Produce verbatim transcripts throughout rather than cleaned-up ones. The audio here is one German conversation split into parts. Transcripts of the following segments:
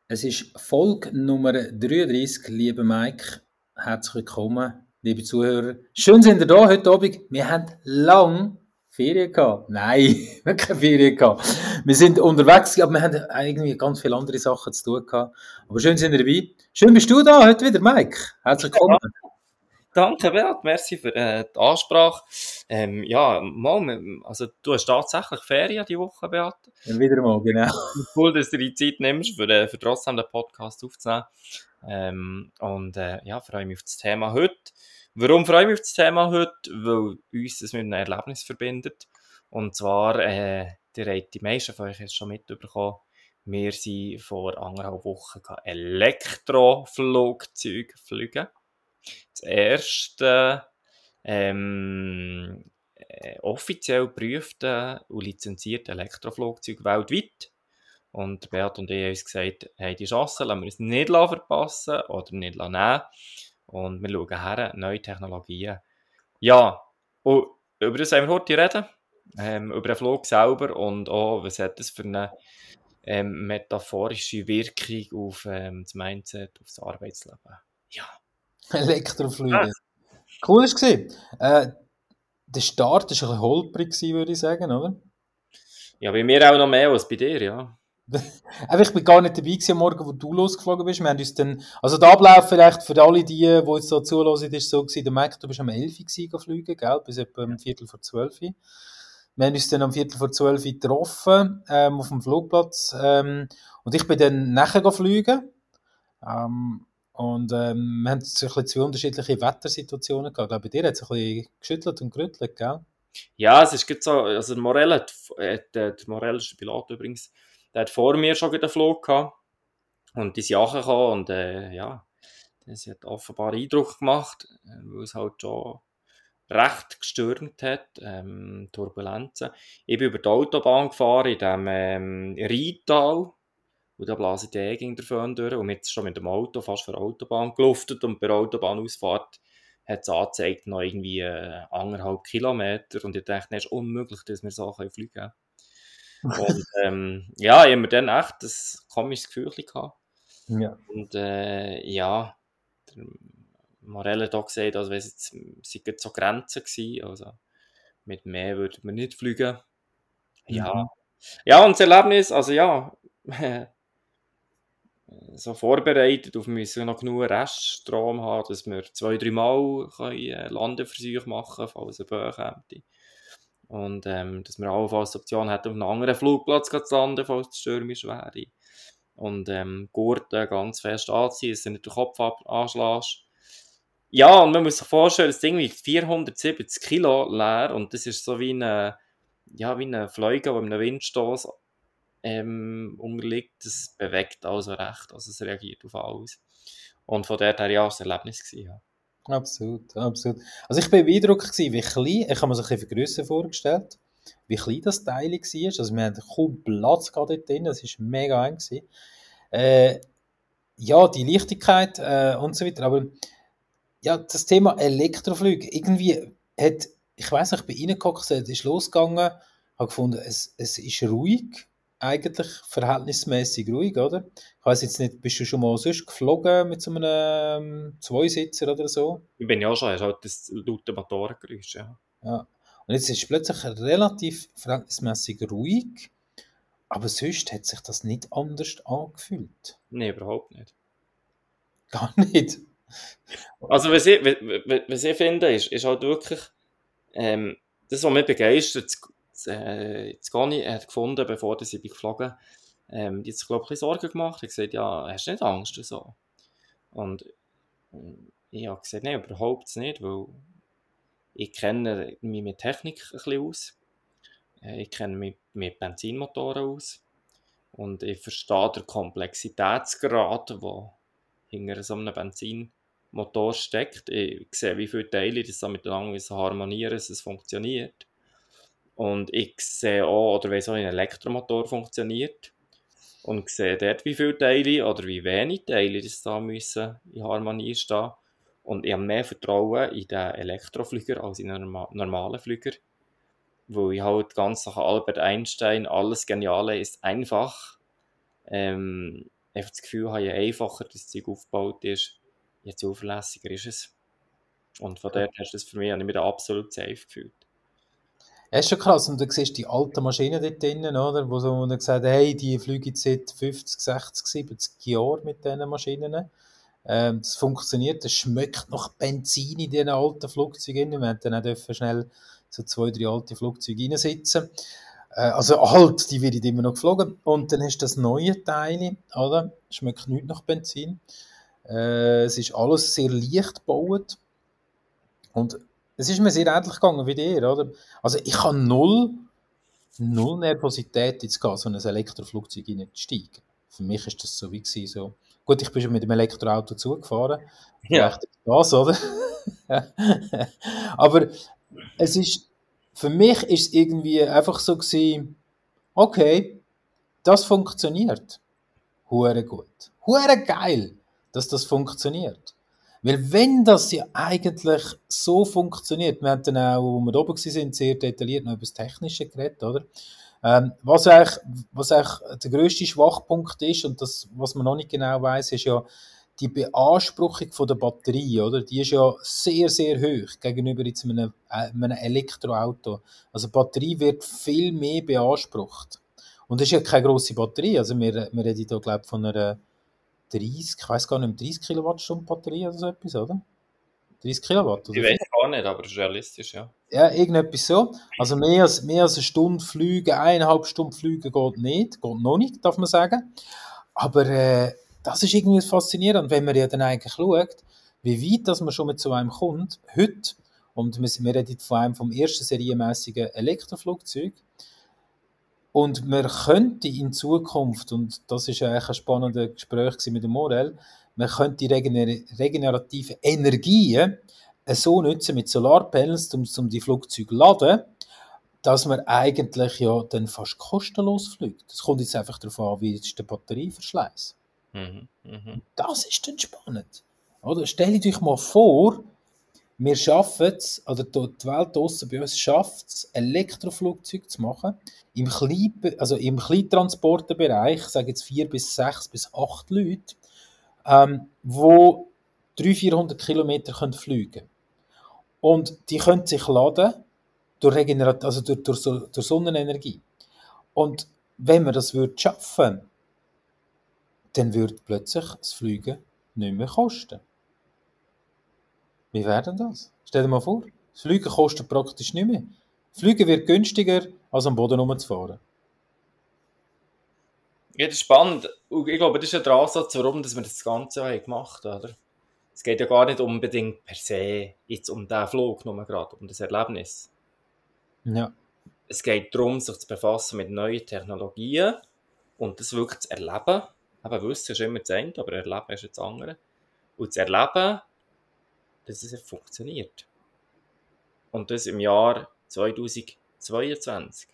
Es ist Folge Nummer dreiunddreissig, lieber Mike. Herzlich willkommen, liebe Zuhörer. Schön sind ihr da heute Abend. Wir haben lang Ferien gehabt. Nein, wir haben keine Ferien gehabt. Wir sind unterwegs, aber wir haben irgendwie ganz viele andere Sachen zu tun gehabt. Aber schön sind ihr dabei. Schön bist du da heute wieder, Mike. Herzlich willkommen. Danke, Beat, merci für äh, die Ansprache. Ähm, ja, mal, also du hast tatsächlich Ferien die Woche, Beat. Ja, wieder mal, genau. Cool, dass du dir die Zeit nimmst, für, äh, für trotzdem den Podcast aufzunehmen. Ähm, und äh, ja, freue mich auf das Thema heute. Warum freue ich mich auf das Thema heute? Weil uns das mit einem Erlebnis verbindet. Und zwar, äh, ihr habt die meisten von euch jetzt schon mitbekommen, wir sind vor anderthalb Wochen Elektroflugzeug fliegen. Das erste ähm, äh, offiziell geprüfte und lizenzierte Elektroflugzeug weltweit. Und Beat und ich haben uns gesagt, hey, die Chance lassen wir uns nicht verpassen oder nicht nehmen. Und wir schauen her, neue Technologien. Ja, und über das haben wir heute reden. Ähm, über den Flug selber und auch, was hat das für eine ähm, metaphorische Wirkung auf ähm, das Mindset, auf das Arbeitsleben. Ja. Elektroflüge. Cool war es. Äh, der Start war ein bisschen holprig, würde ich sagen, oder? Ja, bei mir auch noch mehr als bei dir, ja. Aber ich bin gar nicht dabei gewesen am Morgen, wo du losgeflogen bist. Wir haben uns dann, also der Ablauf vielleicht für alle die, die jetzt so zuhören, ist so gewesen, der Mike, du bist am elf Uhr gewesen, fliegen, gell? Bis etwa um Viertel vor zwölf. Wir haben uns dann am Viertel vor zwölf getroffen, ähm, auf dem Flugplatz, ähm, und ich bin dann nachher fliegen. Ähm, und ähm, wir haben so ein bisschen zwei unterschiedliche Wettersituationen gehabt. Ich glaube, bei dir hat es ein bisschen geschüttelt und gerüttelt, gell? Ja, es ist gerade so, also der Morell hat, hat der Morell ist der Pilot übrigens, der hat vor mir schon einen Flug gehabt und die sind angekommen und äh, ja, das hat offenbar Eindruck gemacht, äh, weil es halt schon recht gestürmt hat, ähm, Turbulenzen. Ich bin über die Autobahn gefahren, in dem ähm, Rheintal, und da blasen die eh gegen den Föhn durch und jetzt schon mit dem Auto fast vor der Autobahn geluftet und bei der Autobahnausfahrt hat es angezeigt, noch irgendwie äh, anderthalb Kilometer und ich dachte, es ist unmöglich, dass wir so fliegen können. Und ähm, ja, ich habe mir dann echt ein komisches Gefühl gehabt. Ja. Und äh, ja, der Morelle hat auch gesagt, also, es sind so Grenzen gewesen, also mit mehr würde man nicht fliegen. Ja, Mhm. ja, und das Erlebnis, also ja, so vorbereitet auf müssen noch genug Reststrom haben, dass wir zwei, drei Mal können Landeversuche machen, falls ein Böen kommt. Und ähm, dass wir allenfalls die Option hätten, auf einem anderen Flugplatz zu landen, falls es stürmisch wäre. Und ähm, Gurten ganz fest anziehen, dass du nicht den Kopf ab anschlägst. Ja, und man muss sich vorstellen, das Ding wiegt vierhundertsiebzig Kilo leer und das ist so wie eine, ja, wie eine Fleuge, die einem Windstoß ähm, unterliegt. Das bewegt also recht, also es reagiert auf alles. Und von dort her ja, es ein Erlebnis gewesen, ja. Absolut, absolut. Also ich war beeindruckt gewesen, wie klein, ich habe mir so ein bisschen grösser vorgestellt, wie klein das Teil war. Also wir hatten kaum Platz gerade dort drin, es war mega eng gewesen. Äh, ja, die Leichtigkeit äh, und so weiter, aber ja, das Thema Elektroflüge, irgendwie hat, ich weiss nicht, ich bin reingehockt, es ist losgegangen, habe gefunden, es, es ist ruhig, eigentlich verhältnismäßig ruhig, oder? Ich weiss jetzt nicht, bist du schon mal sonst geflogen mit so einem ähm, Zweisitzer oder so? Ich bin ja auch schon, es ist halt das laute Motorengeräusch, ja. Ja. Und jetzt ist es plötzlich relativ verhältnismäßig ruhig, aber sonst hat sich das nicht anders angefühlt. Nein, überhaupt nicht. Gar nicht. Also, was ich, was, was ich finde, ist, ist halt wirklich, ähm, das, was mich begeistert, das, das, äh, das Goni hat gefunden, bevor sie geflogen ähm, die hat sich, glaube ich, ein bisschen Sorgen gemacht. Er hat gesagt, ja, hast du nicht Angst und so? Und ähm, ich habe gesagt, nein, überhaupt nicht, weil ich kenne mich mit Technik ein bisschen aus. Äh, Ich kenne mich mit Benzinmotoren aus. Und ich verstehe den Komplexitätsgrad, der hinter so einem Benzinmotor steckt. Ich sehe, wie viele Teile das da miteinander harmonieren, dass es funktioniert. Und ich sehe auch, oder wie so ein Elektromotor funktioniert. Und sehe dort, wie viele Teile oder wie wenig Teile das da müssen in Harmonie stehen. Und ich habe mehr Vertrauen in den Elektroflüger als in einen normalen Flüger. Weil ich halt ganz nach Albert Einstein, alles Geniale ist einfach, ähm, einfach das Gefühl habe, je einfacher das Zeug aufgebaut ist, je zuverlässiger ist es. Und von dort hast du das für mich, habe ich mich da absolut safe gefühlt. Ja, ist schon krass. Und du siehst die alten Maschinen dort drinnen, oder? Wo so wo dann gesagt haben, hey, die fliegen seit fünfzig, sechzig, siebzig Jahren mit diesen Maschinen. Ähm, das funktioniert, das schmeckt nach Benzin in diesen alten Flugzeugen. Wir haben dann auch dürfen schnell so zwei, drei alte Flugzeuge reinsitzen. Äh, also alt, die werden immer noch geflogen. Und dann hast du das neue Teil, oder? Schmeckt nicht nach Benzin. Äh, es ist alles sehr leicht gebaut. Und es ist mir sehr ähnlich gegangen wie dir, oder? Also ich habe null, null Nervosität jetzt gehabt, so ein Elektroflugzeug reinzusteigen. Für mich ist das so wie gewesen, so. Gut, ich bin schon mit dem Elektroauto zugefahren. Ja. Vielleicht ist das, oder? Aber es ist, für mich ist es irgendwie einfach so gewesen, okay, das funktioniert. Hure gut. Hure geil, dass das funktioniert. Weil wenn das ja eigentlich so funktioniert, wir haben dann auch, wo wir da oben waren, sehr detailliert noch über das Technische geredet, oder? Ähm, was eigentlich, was eigentlich der grösste Schwachpunkt ist, und das, was man noch nicht genau weiß, ist ja die Beanspruchung von der Batterie, oder? Die ist ja sehr, sehr hoch gegenüber jetzt einem, äh, einem Elektroauto. Also die Batterie wird viel mehr beansprucht. Und das ist ja keine grosse Batterie. Also wir, wir reden hier, glaube ich, von einer dreißig, ich weiss gar nicht, dreißig Kilowattstunden Batterie oder so etwas, oder? dreißig Kilowatt Ich oder weiß viel? gar nicht, aber das ist realistisch, ja. Ja, irgendetwas so. Also mehr als, mehr als eine Stunde fliegen, eineinhalb Stunden fliegen geht nicht, geht noch nicht, darf man sagen. Aber äh, das ist irgendwie faszinierend, wenn man ja dann eigentlich schaut, wie weit dass man schon mit so einem kommt, heute, und wir, wir reden von einem vom ersten serienmäßigen Elektroflugzeug, und man könnte in Zukunft, und das ist eigentlich ein spannendes Gespräch mit dem Morel, man könnte die regener regenerative Energien so nutzen mit Solarpanels, um, um die Flugzeuge zu laden, dass man eigentlich ja dann fast kostenlos fliegt. Das kommt jetzt einfach darauf an, wie ist der Batterieverschleiß. Mhm. Mhm. Das ist dann spannend. Oder? Stell dir mal vor, wir schaffen es, oder die Welt draussen bei uns schafft es, Elektroflugzeuge zu machen, im, Klein, also im Kleintransporterbereich, ich sage jetzt vier bis sechs bis acht Leute, ähm, wo dreihundert, vierhundert Kilometer können fliegen. Und die können sich laden durch, Regenerat also durch, durch, durch Sonnenenergie. Und wenn wir das würden schaffen, dann würde plötzlich das Fliegen nicht mehr kosten. Wie wäre denn das? Stell dir mal vor, das Fliegen kostet praktisch nicht mehr. Fliegen wird günstiger, als am Boden rumzufahren. Ja, das ist spannend. Und ich glaube, das ist ja der Ansatz, warum dass wir das Ganze haben gemacht haben, oder? Es geht ja gar nicht unbedingt per se jetzt um den Flug, nur gerade um das Erlebnis. Ja. Es geht darum, sich zu befassen mit neuen Technologien und das wirklich zu erleben. Aber Wissen ist immer das eine, aber Erleben ist das andere. Und zu erleben, dass es funktioniert. Und das im Jahr zweitausendzweiundzwanzig.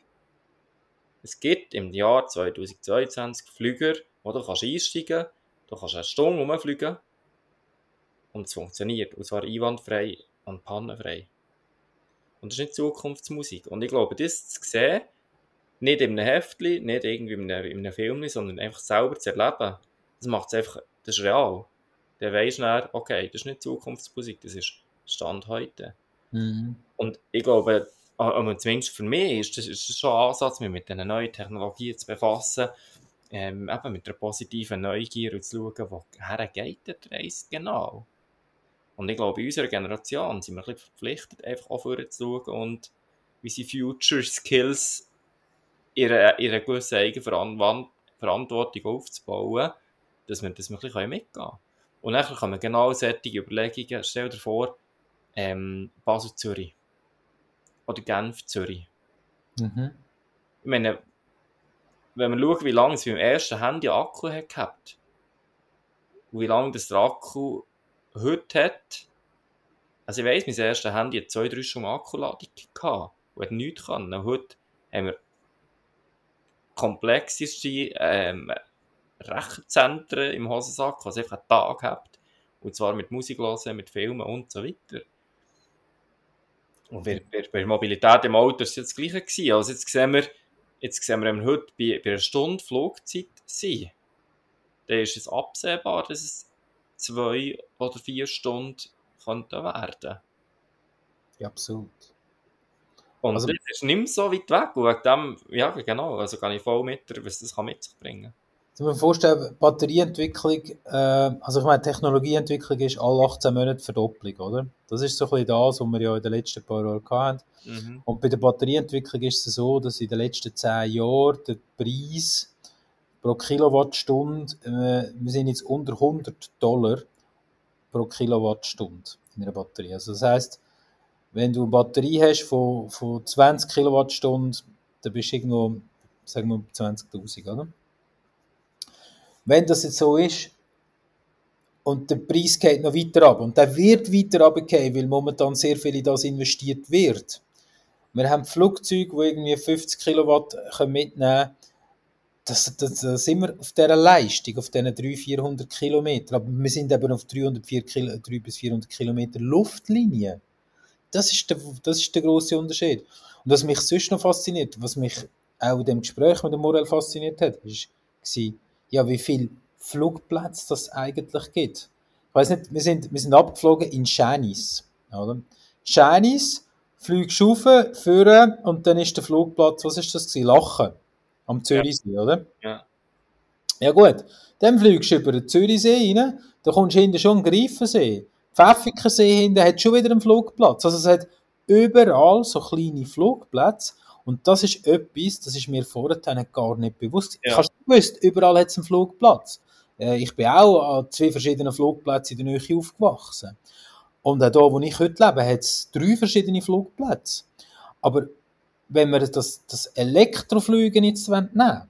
Es gibt im Jahr zweitausendzweiundzwanzig Flüger, wo du kannst einsteigen kannst, du kannst eine Stunde rumfliegen und es funktioniert. Und zwar einwandfrei und pannenfrei. Und das ist nicht Zukunftsmusik. Und ich glaube, das zu sehen, nicht in einem Heftchen, nicht irgendwie in einem, in einem Film, sondern einfach selber zu erleben, das macht es einfach, das ist real. Dann weisst du dann, okay, das ist nicht Zukunftsmusik, das ist Stand heute. Mhm. Und ich glaube, also zumindest für mich ist das, ist das schon ein Ansatz, mich mit diesen neuen Technologien zu befassen, ähm, eben mit einer positiven Neugier und zu schauen, woher geht der Reise genau. Und ich glaube, in unserer Generation sind wir ein bisschen verpflichtet, einfach auch vorher zu schauen und unsere Future Skills ihre, ihre gewisse Eigenverantwortung aufzubauen, dass wir, dass wir ein bisschen mitgehen können. Und dann kann man genau solche Überlegungen, stell dir vor, ähm, Basel-Zürich oder Genf-Zürich. Mhm. Ich meine, wenn man schaut, wie lange es beim ersten Handy Akku hat gehabt und wie lange das der Akku heute hat, also ich weiss, mein erstes Handy hat zwei, drei Stunden Akkuladung gehabt und hat nichts können. Und heute haben wir komplexeste ähm, Rechenzentren im Hosensack, was einfach einen Tag hat. Und zwar mit Musik hören, mit Filmen und so weiter. Und bei, bei, bei der Mobilität im Auto war es das Gleiche gewesen. Also jetzt sehen wir, jetzt sehen wir, wenn wir heute bei, bei einer Stunde Flugzeit sind, dann ist es absehbar, dass es zwei oder vier Stunden könnten werden. Ja, absolut. Und Also, das ist nicht mehr so weit weg. Und wegen dem, ja, genau, also kann ich voll mit, was das kann mit sich bringen. ich muss mir vorstellen, Batterieentwicklung, äh, also ich meine, Technologieentwicklung ist alle achtzehn Monate Verdopplung, oder? Das ist so ein bisschen das, was wir ja in den letzten paar Jahren hatten. Mhm. Und bei der Batterieentwicklung ist es so, dass in den letzten zehn Jahren der Preis pro Kilowattstunde, äh, wir sind jetzt unter hundert Dollar pro Kilowattstunde in einer Batterie. Also das heisst, wenn du eine Batterie hast von, von zwanzig Kilowattstunden, dann bist du irgendwo, sagen wir, zwanzigtausend, oder? Wenn das jetzt so ist und der Preis geht noch weiter ab und der wird weiter runtergehen, weil momentan sehr viel in das investiert wird. Wir haben Flugzeuge, die irgendwie fünfzig Kilowatt mitnehmen können. Das, das, das sind wir auf dieser Leistung, auf diesen dreihundert, vierhundert Kilometer. Aber wir sind eben auf dreihundert bis vierhundert Kilometer Luftlinie. Das ist der, das ist der grosse Unterschied. Und was mich sonst noch fasziniert, was mich auch in dem Gespräch mit dem Morel fasziniert hat, war, ja, wie viele Flugplätze das eigentlich gibt. Ich weiss nicht, wir sind, wir sind abgeflogen in Schänis. Oder? Schänis, fliegst rauf, führen und dann ist der Flugplatz, was ist das gewesen? Lachen. Am Zürichsee, ja. Oder? Ja. Ja gut, dann fliegst du über den Zürichsee rein, dann kommst du hinten schon an den Greifensee. Pfäffikensee hinten hat schon wieder einen Flugplatz. Also es hat überall so kleine Flugplätze. Und das ist etwas, das ist mir vorher gar nicht bewusst. Ich Ja. habe schon gewusst, überall hat es einen Flugplatz. Äh, Ich bin auch an zwei verschiedenen Flugplätzen in der Nähe aufgewachsen. Und auch da, wo ich heute lebe, hat es drei verschiedene Flugplätze. Aber wenn wir das, das Elektrofliegen jetzt nehmen wollen,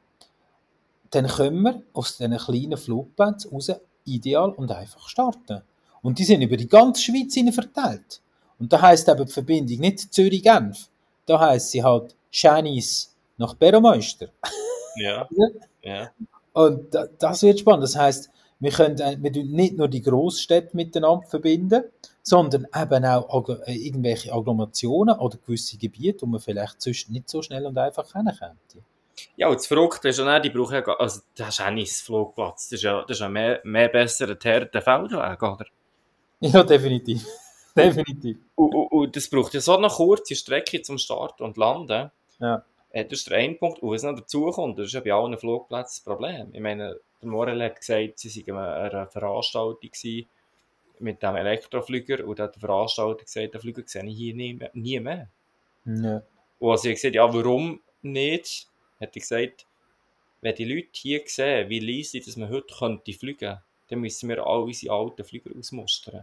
dann können wir aus diesen kleinen Flugplätzen raus ideal und einfach starten. Und die sind über die ganze Schweiz hinein verteilt. Und da heisst eben die Verbindung nicht Zürich-Genf. Da heisst sie halt Schänis nach Beromeister. Ja. Ja. Und da, das wird spannend. Das heisst, wir können äh, wir tun nicht nur die Grossstädte miteinander verbinden, sondern eben auch Ag- äh, irgendwelche Agglomerationen oder gewisse Gebiete, wo man vielleicht sonst nicht so schnell und einfach hinkommt. Ja, und das Verrückte ist ja nicht, die brauchen ja, gar- also das ist auch nicht das Flugplatz, das ist ja, das ist ja mehr, mehr besser ein Theater Feldweg, oder? Ja, definitiv. Definitiv. Und, und, und das braucht ja so eine kurze Strecke zum Starten und Landen. Ja. Äh, Das ist der eine Punkt. Und was noch dazu kommt, das ist ja bei allen Flugplätzen das Problem. Ich meine, der Morel hat gesagt, sie waren an einer Veranstaltung gewesen mit dem Elektroflüger und dann hat der Veranstalter gesagt, den Flüger sehe ich hier nie mehr. Nie mehr. Ja. Und als ich gesagt ja, warum nicht, hat er gesagt, wenn die Leute hier sehen, wie leise dass man heute könnte fliegen, dann müssen wir alle unsere alten Flüger ausmustern.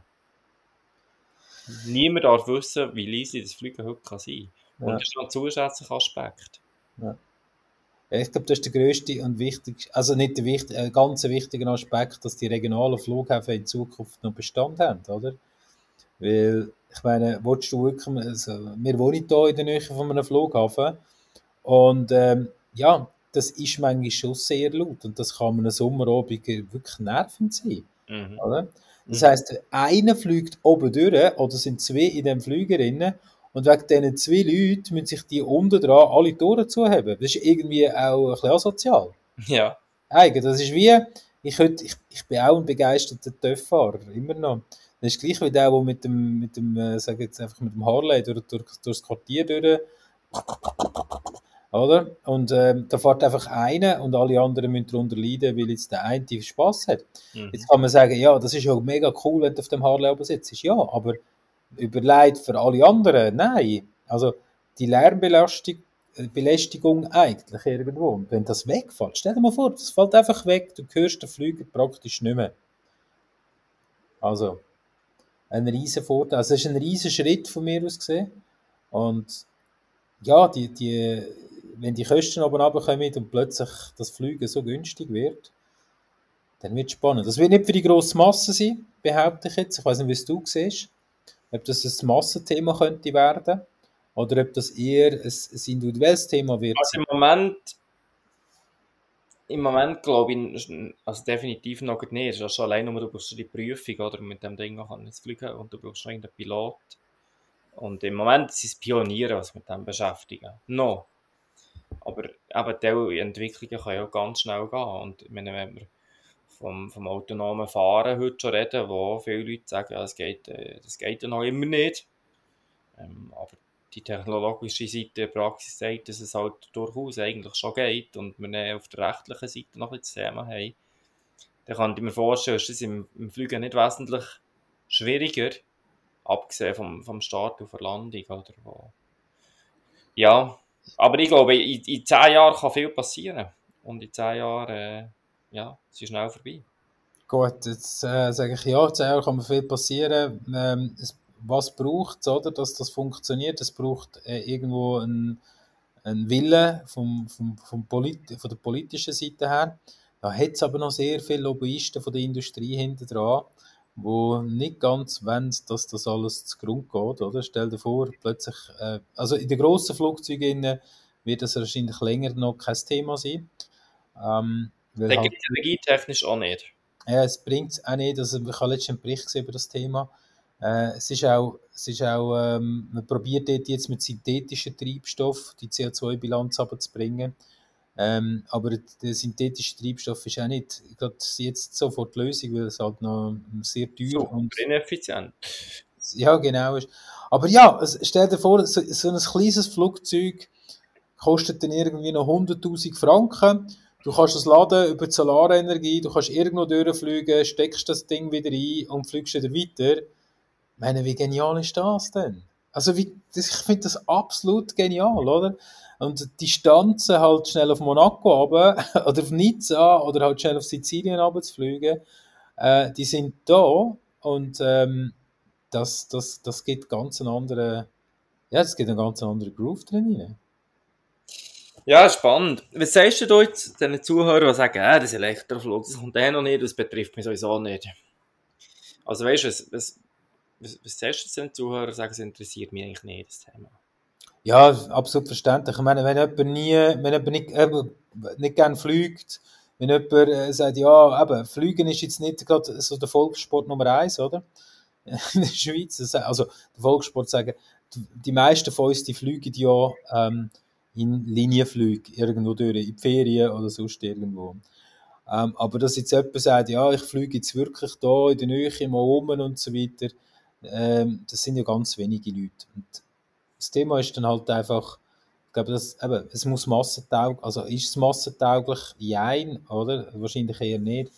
Niemand darf wissen, wie leise das Fliegen heute kann sein kann. Ja. Und das ist noch ein zusätzlicher Aspekt. Ja. Ja, ich glaube, das ist der grösste und wichtigste, also nicht der wichtig, äh, ganz wichtige Aspekt, dass die regionalen Flughäfen in Zukunft noch Bestand haben, oder? Weil, ich meine, willst du wirklich, also, wir wohnen hier in der Nähe von einem Flughafen und ähm, ja, das ist manchmal schon sehr laut und das kann einem Sommerabend wirklich nervend sein, Mhm. oder? Das Mhm. heisst, einer fliegt oben durch oder sind zwei in dem Flüger drin und wegen diesen zwei Leuten müssen sich die unten dran alle Tore zuheben. Das ist irgendwie auch ein bisschen asozial. Ja. Eigentlich, das ist wie, ich, heute, ich, ich bin auch ein begeisterter TÜV-Fahrer, immer noch. Das ist gleich wie der, der mit dem, mit dem, äh, sag jetzt einfach mit dem Harley durch, durch, durchs Quartier durch, oder? Und ähm, da fährt einfach einer und alle anderen müssen darunter leiden, weil jetzt der eine Spass hat. Mhm. Jetzt kann man sagen, ja, das ist ja mega cool, wenn du auf dem Harley oben sitzt. Ja, aber überlegt für alle anderen, nein. Also die Lärmbelastung, äh, Belästigung eigentlich irgendwo. Und wenn das wegfällt, stell dir mal vor, das fällt einfach weg, du hörst den Flüger praktisch nicht mehr. Also, ein riesen Vorteil. Also, es ist ein riesen Schritt von mir aus gesehen. Und ja, die, die, wenn die Kosten oben runterkommen und plötzlich das Fliegen so günstig wird, dann wird es spannend. Das wird nicht für die grosse Masse sein, behaupte ich jetzt. Ich weiß nicht, wie es du siehst. Ob das ein Massenthema könnte werden oder ob das eher ein, ein individuelles Thema wird Also sein. im Moment, im Moment glaube ich, also definitiv noch nicht. Also schon allein nur, du brauchst schon die Prüfung, oder? Mit dem Ding kann es fliegen und du brauchst schon einen Pilot. Und im Moment sind es Pioniere, was mit dem beschäftigen. No. Aber eben die Entwicklungen können ja ganz schnell gehen. Und ich meine, wenn wir vom, vom autonomen Fahren heute schon reden, wo viele Leute sagen, ja, das geht, äh, das geht ja noch immer nicht. Ähm, aber die technologische Seite der Praxis sagt, dass es halt durchaus eigentlich schon geht und wir dann auf der rechtlichen Seite noch ein bisschen das Thema haben. Dann kann ich mir vorstellen, ist das im, im Fliegen nicht wesentlich schwieriger, abgesehen vom, vom Start auf der Landung. Oder wo. Ja, aber ich glaube, in, in zehn Jahren kann viel passieren. Und in zehn Jahren, äh, ja, es ist schnell vorbei. Gut, jetzt äh, sage ich ja, zehn Jahre kann mir viel passieren. Ähm, es, was braucht es, oder, dass das funktioniert? Es braucht äh, irgendwo einen ein Wille vom, vom, vom Polit von der politischen Seite her. Da hat es aber noch sehr viele Lobbyisten von der Industrie hinter dran, die nicht ganz wollen, dass das alles zugrunde geht. Oder? Stell dir vor, plötzlich, äh, also in den grossen Flugzeugen wird das wahrscheinlich länger noch kein Thema sein. Ähm, weil Dann halt, gibt es energietechnisch auch nicht. ja, es bringt es auch nicht. Also, ich habe letztens einen Bericht gesehen über das Thema. Äh, es ist auch, es ist auch ähm, man probiert dort jetzt mit synthetischen Treibstoff die C O zwei Bilanz runterzubringen. Ähm, aber der synthetische Treibstoff ist auch nicht gerade jetzt sofort die Lösung, weil es halt noch sehr teuer Super und ineffizient. ja, genau ist. Aber ja, es- stell dir vor, so, so ein kleines Flugzeug kostet dann irgendwie noch hunderttausend Franken. Du kannst es laden über die Solarenergie, du kannst irgendwo durchfliegen, steckst das Ding wieder ein und fliegst wieder weiter. Ich meine, wie genial ist das denn? Also wie, das, ich finde das absolut genial, oder? Und die Distanzen halt schnell auf Monaco runter, oder auf Nizza oder halt schnell auf Sizilien runterzufliegen, äh, die sind da und ähm, das, das, das gibt ganz einen anderen, ja, das gibt einen ganz anderen Groove drin rein. Ja, spannend. Was sagst du da jetzt den Zuhörern, die sagen, äh, das Elektroflug, das kommt eh noch nicht, das betrifft mich sowieso nicht? Also weißt du, was, was, was, was sagst du den Zuhörern, die sagen, es interessiert mich eigentlich nicht, das Thema? Ja, absolut verständlich. Ich meine, wenn jemand nie, wenn jemand nicht, eben, nicht gerne fliegt, wenn jemand äh, sagt, ja, eben, Fliegen ist jetzt nicht gerade so der Volkssport Nummer eins, oder? In der Schweiz. Das- Also, der Volkssport sagen, die, die meisten von uns, die fliegen ja ähm, in Linienflügen irgendwo durch, in die Ferien oder sonst irgendwo. Ähm, aber dass jetzt jemand sagt, ja, ich fliege jetzt wirklich da in der Nähe mal um und so weiter, ähm, das sind ja ganz wenige Leute. Und das Thema ist dann halt einfach, ich glaube, das, eben, es muss massentauglich, also ist es massentauglich? Jein, oder? Wahrscheinlich eher nicht.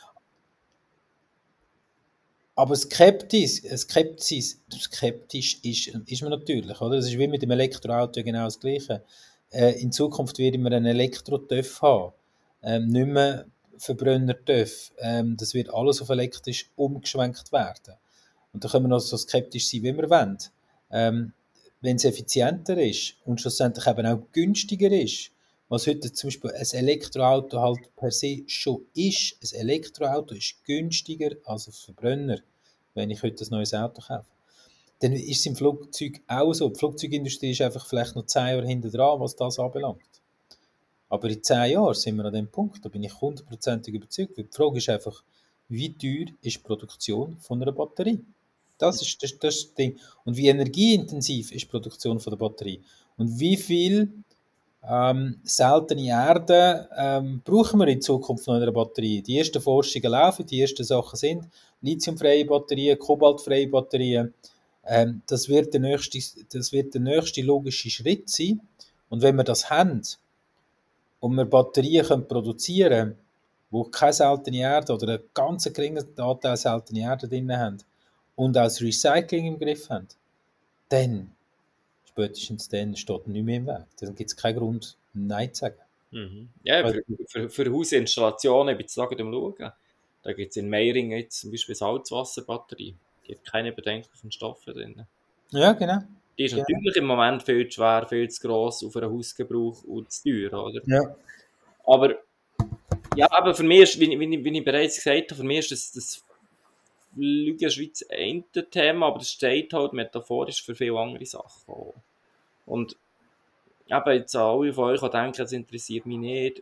Aber skeptisch, skeptisch, skeptisch ist, ist man natürlich, oder? Das ist wie mit dem Elektroauto genau das Gleiche. Äh, in Zukunft werden wir einen Elektro-TÜV haben, ähm, nicht mehr Verbrenner-TÜV. Ähm, das wird alles auf elektrisch umgeschwenkt werden. Und da können wir noch so skeptisch sein, wie wir wollen. Ähm, wenn es effizienter ist und schlussendlich eben auch günstiger ist, was heute zum Beispiel ein Elektroauto halt per se schon ist. Ein Elektroauto ist günstiger als ein Verbrenner, wenn ich heute ein neues Auto kaufe. Dann ist es im Flugzeug auch so. Die Flugzeugindustrie ist einfach vielleicht noch zehn Jahre hinter dran, was das anbelangt. Aber in zehn Jahren sind wir an dem Punkt, da bin ich hundertprozentig überzeugt. Die Frage ist einfach, wie teuer ist die Produktion von einer Batterie? Das ist das, das ist das Ding. Und wie energieintensiv ist die Produktion von der Batterie? Und wie viel ähm, seltene Erden ähm, brauchen wir in Zukunft noch in einer Batterie? Die ersten Forschungen laufen, die ersten Sachen sind lithiumfreie Batterien, kobaltfreie Batterien. Ähm, das, wird der nächste, das wird der nächste logische Schritt sein. Und wenn wir das haben und wir Batterien können produzieren können, die keine seltene Erde oder einen ganz geringen Anteil seltene Erde drin haben und auch das Recycling im Griff haben, dann, spätestens dann, steht nicht mehr im Weg. Dann gibt es keinen Grund, Nein zu sagen. Mhm. Ja, für, für, für Hausinstallationen, ich bin jetzt gerade am Schauen, da gibt es in Meiringen jetzt zum Beispiel Salzwasserbatterie. Die hat keine bedenklichen Stoffe drin. Ja, genau. Die ist genau. natürlich im Moment viel zu schwer, viel zu gross auf einen Hausgebrauch und zu teuer, oder? Ja. Aber ja, aber für mich ist, wie, ich- wie, ich- wie ich bereits gesagt habe, für mich ist das, das Lüge Schweiz ein Thema, aber das steht halt metaphorisch für viele andere Sachen auch. Und eben jetzt an alle von euch, die denken, das interessiert mich nicht,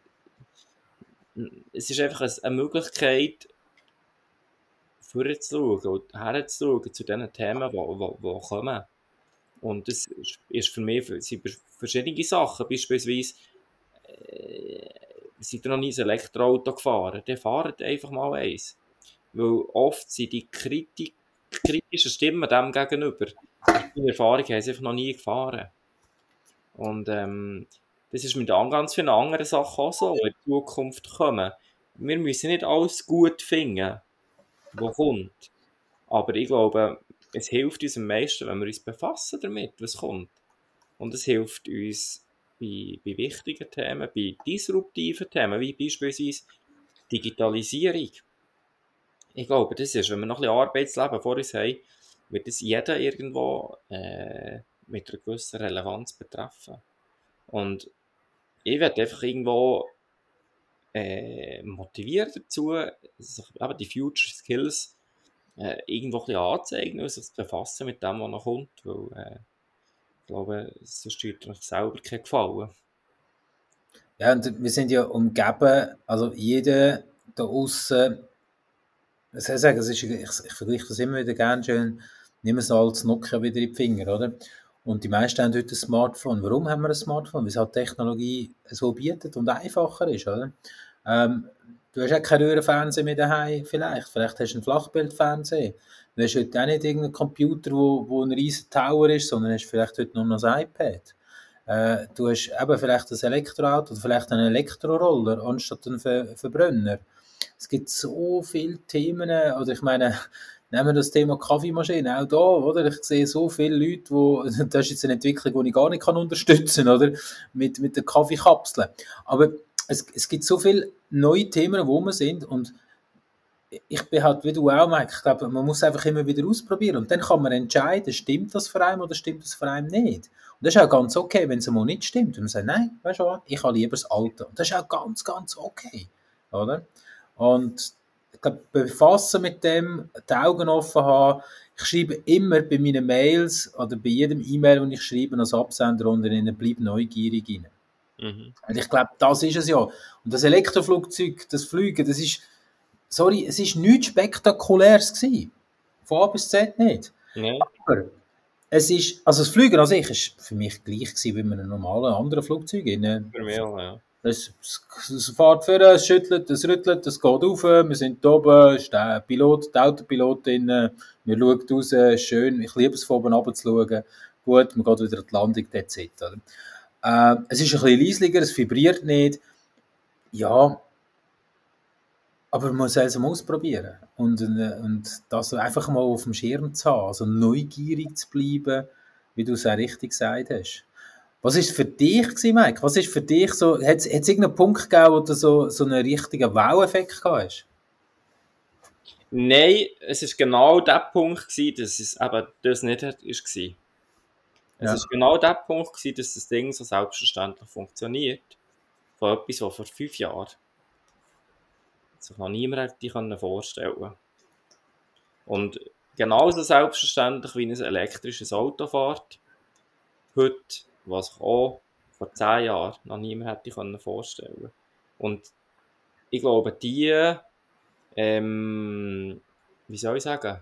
es ist einfach eine Möglichkeit, vorzuschauen und herzuschauen zu den Themen, die, die, die kommen. Und das ist ist für mich für, sind verschiedene Sachen. Beispielsweise, äh, seid ihr noch nie ein Elektroauto gefahren, dann fahrt einfach mal eins. Weil oft sind die Kritik, kritischen Stimmen dem gegenüber, in Erfahrung haben sie einfach noch nie gefahren. Und ähm, das ist mit an ganz vielen anderen Sachen auch so, die in Zukunft kommen. Wir müssen nicht alles gut finden, was kommt. Aber ich glaube, es hilft uns am meisten, wenn wir uns befassen damit, was kommt. Und es hilft uns bei, bei wichtigen Themen, bei disruptiven Themen, wie beispielsweise Digitalisierung. Ich glaube, das ist, wenn wir noch ein bisschen Arbeitsleben vor uns haben, wird das jeden irgendwo äh, mit einer gewissen Relevanz betreffen. Und ich werde einfach irgendwo äh, motivieren dazu, sich eben die Future Skills äh, irgendwo ein bisschen anzeigen und sich zu befassen mit dem, was noch kommt. Weil äh, ich glaube, sonst tut euch selber keinen Gefallen. Ja, und wir sind ja umgeben, also jeder da aussen, was soll ich sagen, es ist, ich, ich vergleiche das immer wieder gerne schön, nehmen wir als Nokia wieder in die Finger, oder? Und die meisten haben heute ein Smartphone. Warum haben wir ein Smartphone? Weil es halt Technologie so bietet und einfacher ist, oder? Ähm, du hast ja keinen Röhrenfernseher mehr daheim, vielleicht. Vielleicht hast du einen Flachbildfernseher. Du hast heute auch nicht irgendeinen Computer, wo, wo ein riesen Tower ist, sondern hast vielleicht heute nur noch ein iPad. Äh, du hast eben vielleicht ein Elektroauto oder vielleicht einen Elektroroller anstatt einen Ver Verbrenner. Es gibt so viele Themen, oder ich meine, nehmen wir das Thema Kaffeemaschine, auch da, oder? Ich sehe so viele Leute, wo, das ist jetzt eine Entwicklung, die ich gar nicht kann unterstützen kann, oder? Mit, mit den Kaffeekapseln. Aber es, es gibt so viele neue Themen, wo wir sind und ich bin halt, wie du auch merkst, ich glaube, man muss einfach immer wieder ausprobieren und dann kann man entscheiden, stimmt das für einen oder stimmt das für einen nicht. Und das ist auch ganz okay, wenn es mal nicht stimmt. Und man sagt, nein, weißt du was, ich habe lieber das Alte. Und das ist auch ganz, ganz okay, oder? Und ich glaube, befassen mit dem, die Augen offen haben. Ich schreibe immer bei meinen Mails oder bei jedem E-Mail, das ich schreibe, als Absender unter ihnen, bleib neugierig rein. Mhm. Und ich glaube, das ist es ja. Und das Elektroflugzeug, das Fliegen, das ist, sorry, es ist nichts Spektakuläres gewesen. Von A bis Z nicht. Ja. Aber es ist, also das Fliegen an sich ist für mich gleich gewesen wie mit einem normalen anderen Flugzeug. Für mich auch, ja. Es, es, es fährt vor, es schüttelt, es rüttelt, es geht rauf, wir sind da oben, ist der Pilot, die Autopilotin, wir schauen raus, ist schön, ich liebe es von oben runter zu schauen. Gut, man geht wieder an die Landung, that's it. Oder? Äh, es ist ein bisschen leislicher, es vibriert nicht. Ja, aber man soll es mal ausprobieren. Und, und das einfach mal auf dem Schirm zu haben, also neugierig zu bleiben, wie du es auch richtig gesagt hast. Was war für dich gewesen, Mike? Was ist für dich so, hat es irgendeinen Punkt gegeben, wo du so, so einen richtigen Wow-Effekt gehabt hast? Nein, es war genau der Punkt gewesen, dass es eben das nicht war. Es Ja. war genau der Punkt gewesen, dass das Ding so selbstverständlich funktioniert. Von etwas, was vor fünf Jahren sich noch niemand hätte vorstellen können. Und genauso selbstverständlich wie ein elektrisches Auto fährt, heute, was sich auch vor zehn Jahren noch niemand hätte vorstellen können. Und ich glaube, die, ähm, wie soll ich sagen,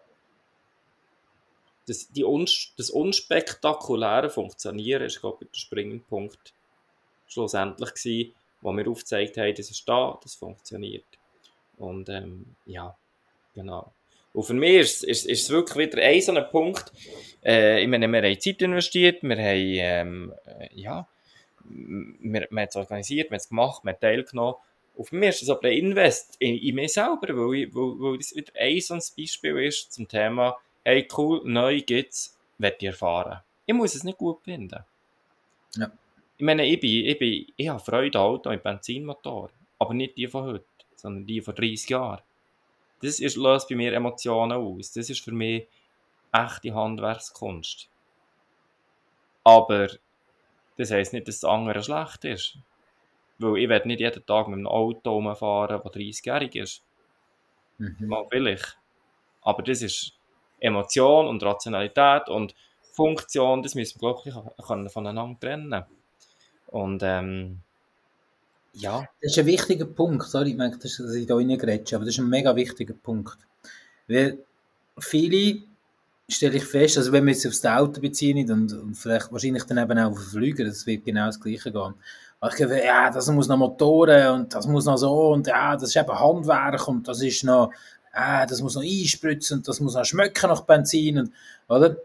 das, die uns, das unspektakuläre Funktionieren ist, glaube ich, der springende Punkt schlussendlich gewesen, wo wir aufgezeigt haben, das ist da, das funktioniert. Und ähm, ja, genau. Und für mich ist, ist, ist es wirklich wieder ein so ein Punkt. Äh, ich meine, wir haben Zeit investiert, wir haben, ähm, äh, ja, wir, wir haben es organisiert, wir haben es gemacht, wir haben teilgenommen. Und für mich ist das aber ein Invest in, in mich selber, weil, ich, weil, weil das wieder ein so ein Beispiel ist zum Thema, hey, cool, neu gibt's, will ich erfahren. Ich muss es nicht gut finden. Ja. Ich meine, ich, bin, ich, bin, ich habe Freude an Auto mit Benzinmotor, aber nicht die von heute, sondern die von dreißig Jahren. Das ist, löst bei mir Emotionen aus. Das ist für mich echte Handwerkskunst. Aber das heisst nicht, dass das andere schlecht ist. Weil ich werde nicht jeden Tag mit einem Auto rumfahren, das dreißigjährig ist. Mhm. Mal vielleicht. Aber das ist Emotion und Rationalität und Funktion, das müssen wir, glaube ich, voneinander trennen. Und ähm, ja. Das ist ein wichtiger Punkt. Sorry, ich merke, dass ich da reingrätsche, aber das ist ein mega wichtiger Punkt. Weil viele, stelle ich fest, also wenn wir jetzt aufs Auto beziehen und, und vielleicht wahrscheinlich dann eben auch auf den Flüger, das wird genau das Gleiche gehen. Ich glaube, ja, das muss noch Motoren und das muss noch so und ja, das ist eben Handwerk und das ist noch, ja, das muss noch einspritzen und das muss noch schmecken nach Benzin und, oder?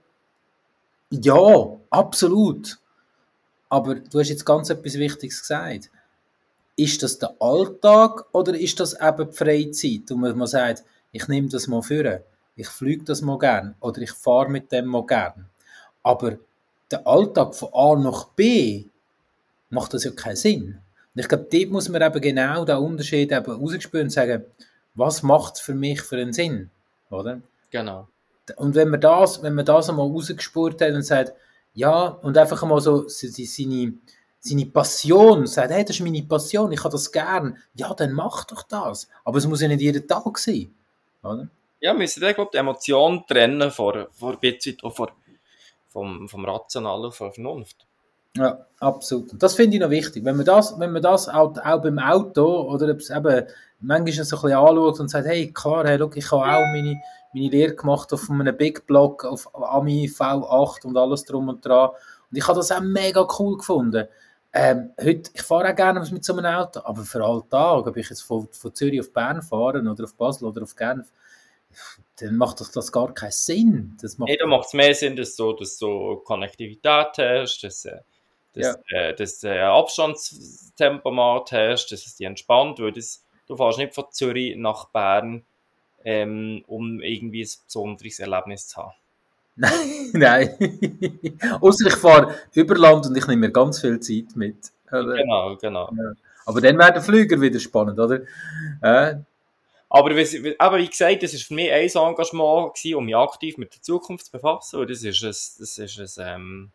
Ja, absolut. Aber du hast jetzt ganz etwas Wichtiges gesagt. Ist das der Alltag oder ist das eben die Freizeit? Und man sagt, ich nehme das mal vor, ich fliege das mal gern oder ich fahre mit dem mal gern. Aber der Alltag von A nach B macht das ja keinen Sinn. Und ich glaube, dort muss man eben genau den Unterschied eben rausspüren und sagen, was macht es für mich für einen Sinn? Oder? Genau. Und wenn man das, wenn man das einmal rausgespürt hat und sagt, ja, und einfach mal so seine, seine Passion, sagt, hey, das ist meine Passion, ich habe das gern, ja, dann mach doch das. Aber es muss ja nicht jeden Tag sein. Oder? Ja, wir müssen dann, glaube ich, die Emotion trennen von, von, von, von, vom, vom Rationalen, von der Vernunft. Ja, absolut. Und das finde ich noch wichtig. Wenn man das, wenn man das auch, auch beim Auto oder eben manchmal so ein bisschen anschaut und sagt, hey, klar, hey, look, ich habe auch meine, meine Lehre gemacht auf einem Big Block, auf Ami V acht und alles drum und dran. Und ich habe das auch mega cool gefunden. Ähm, heute, ich fahre auch gerne mit so einem Auto, aber für Alltag, ob ich jetzt von, von Zürich auf Bern fahre oder auf Basel oder auf Genf, dann macht doch das gar keinen Sinn. Das macht hey, da macht es mehr Sinn, dass du, dass du Konnektivität hast, dass, dass, ja. äh, dass du ein Abstandstempomat hast, dass es dich entspannt, weil das, du fährst nicht von Zürich nach Bern, ähm, um irgendwie ein besonderes Erlebnis zu haben. Nein, nein. Ausser ich fahre über Land und ich nehme mir ganz viel Zeit mit. Oder? Genau, genau. Ja. Aber dann wäre der Flüger wieder spannend, oder? Äh? Aber wie, aber wie gesagt, das war für mich ein Engagement gewesen, um mich aktiv mit der Zukunft zu befassen. Und das ist ein, das ist ein, ähm,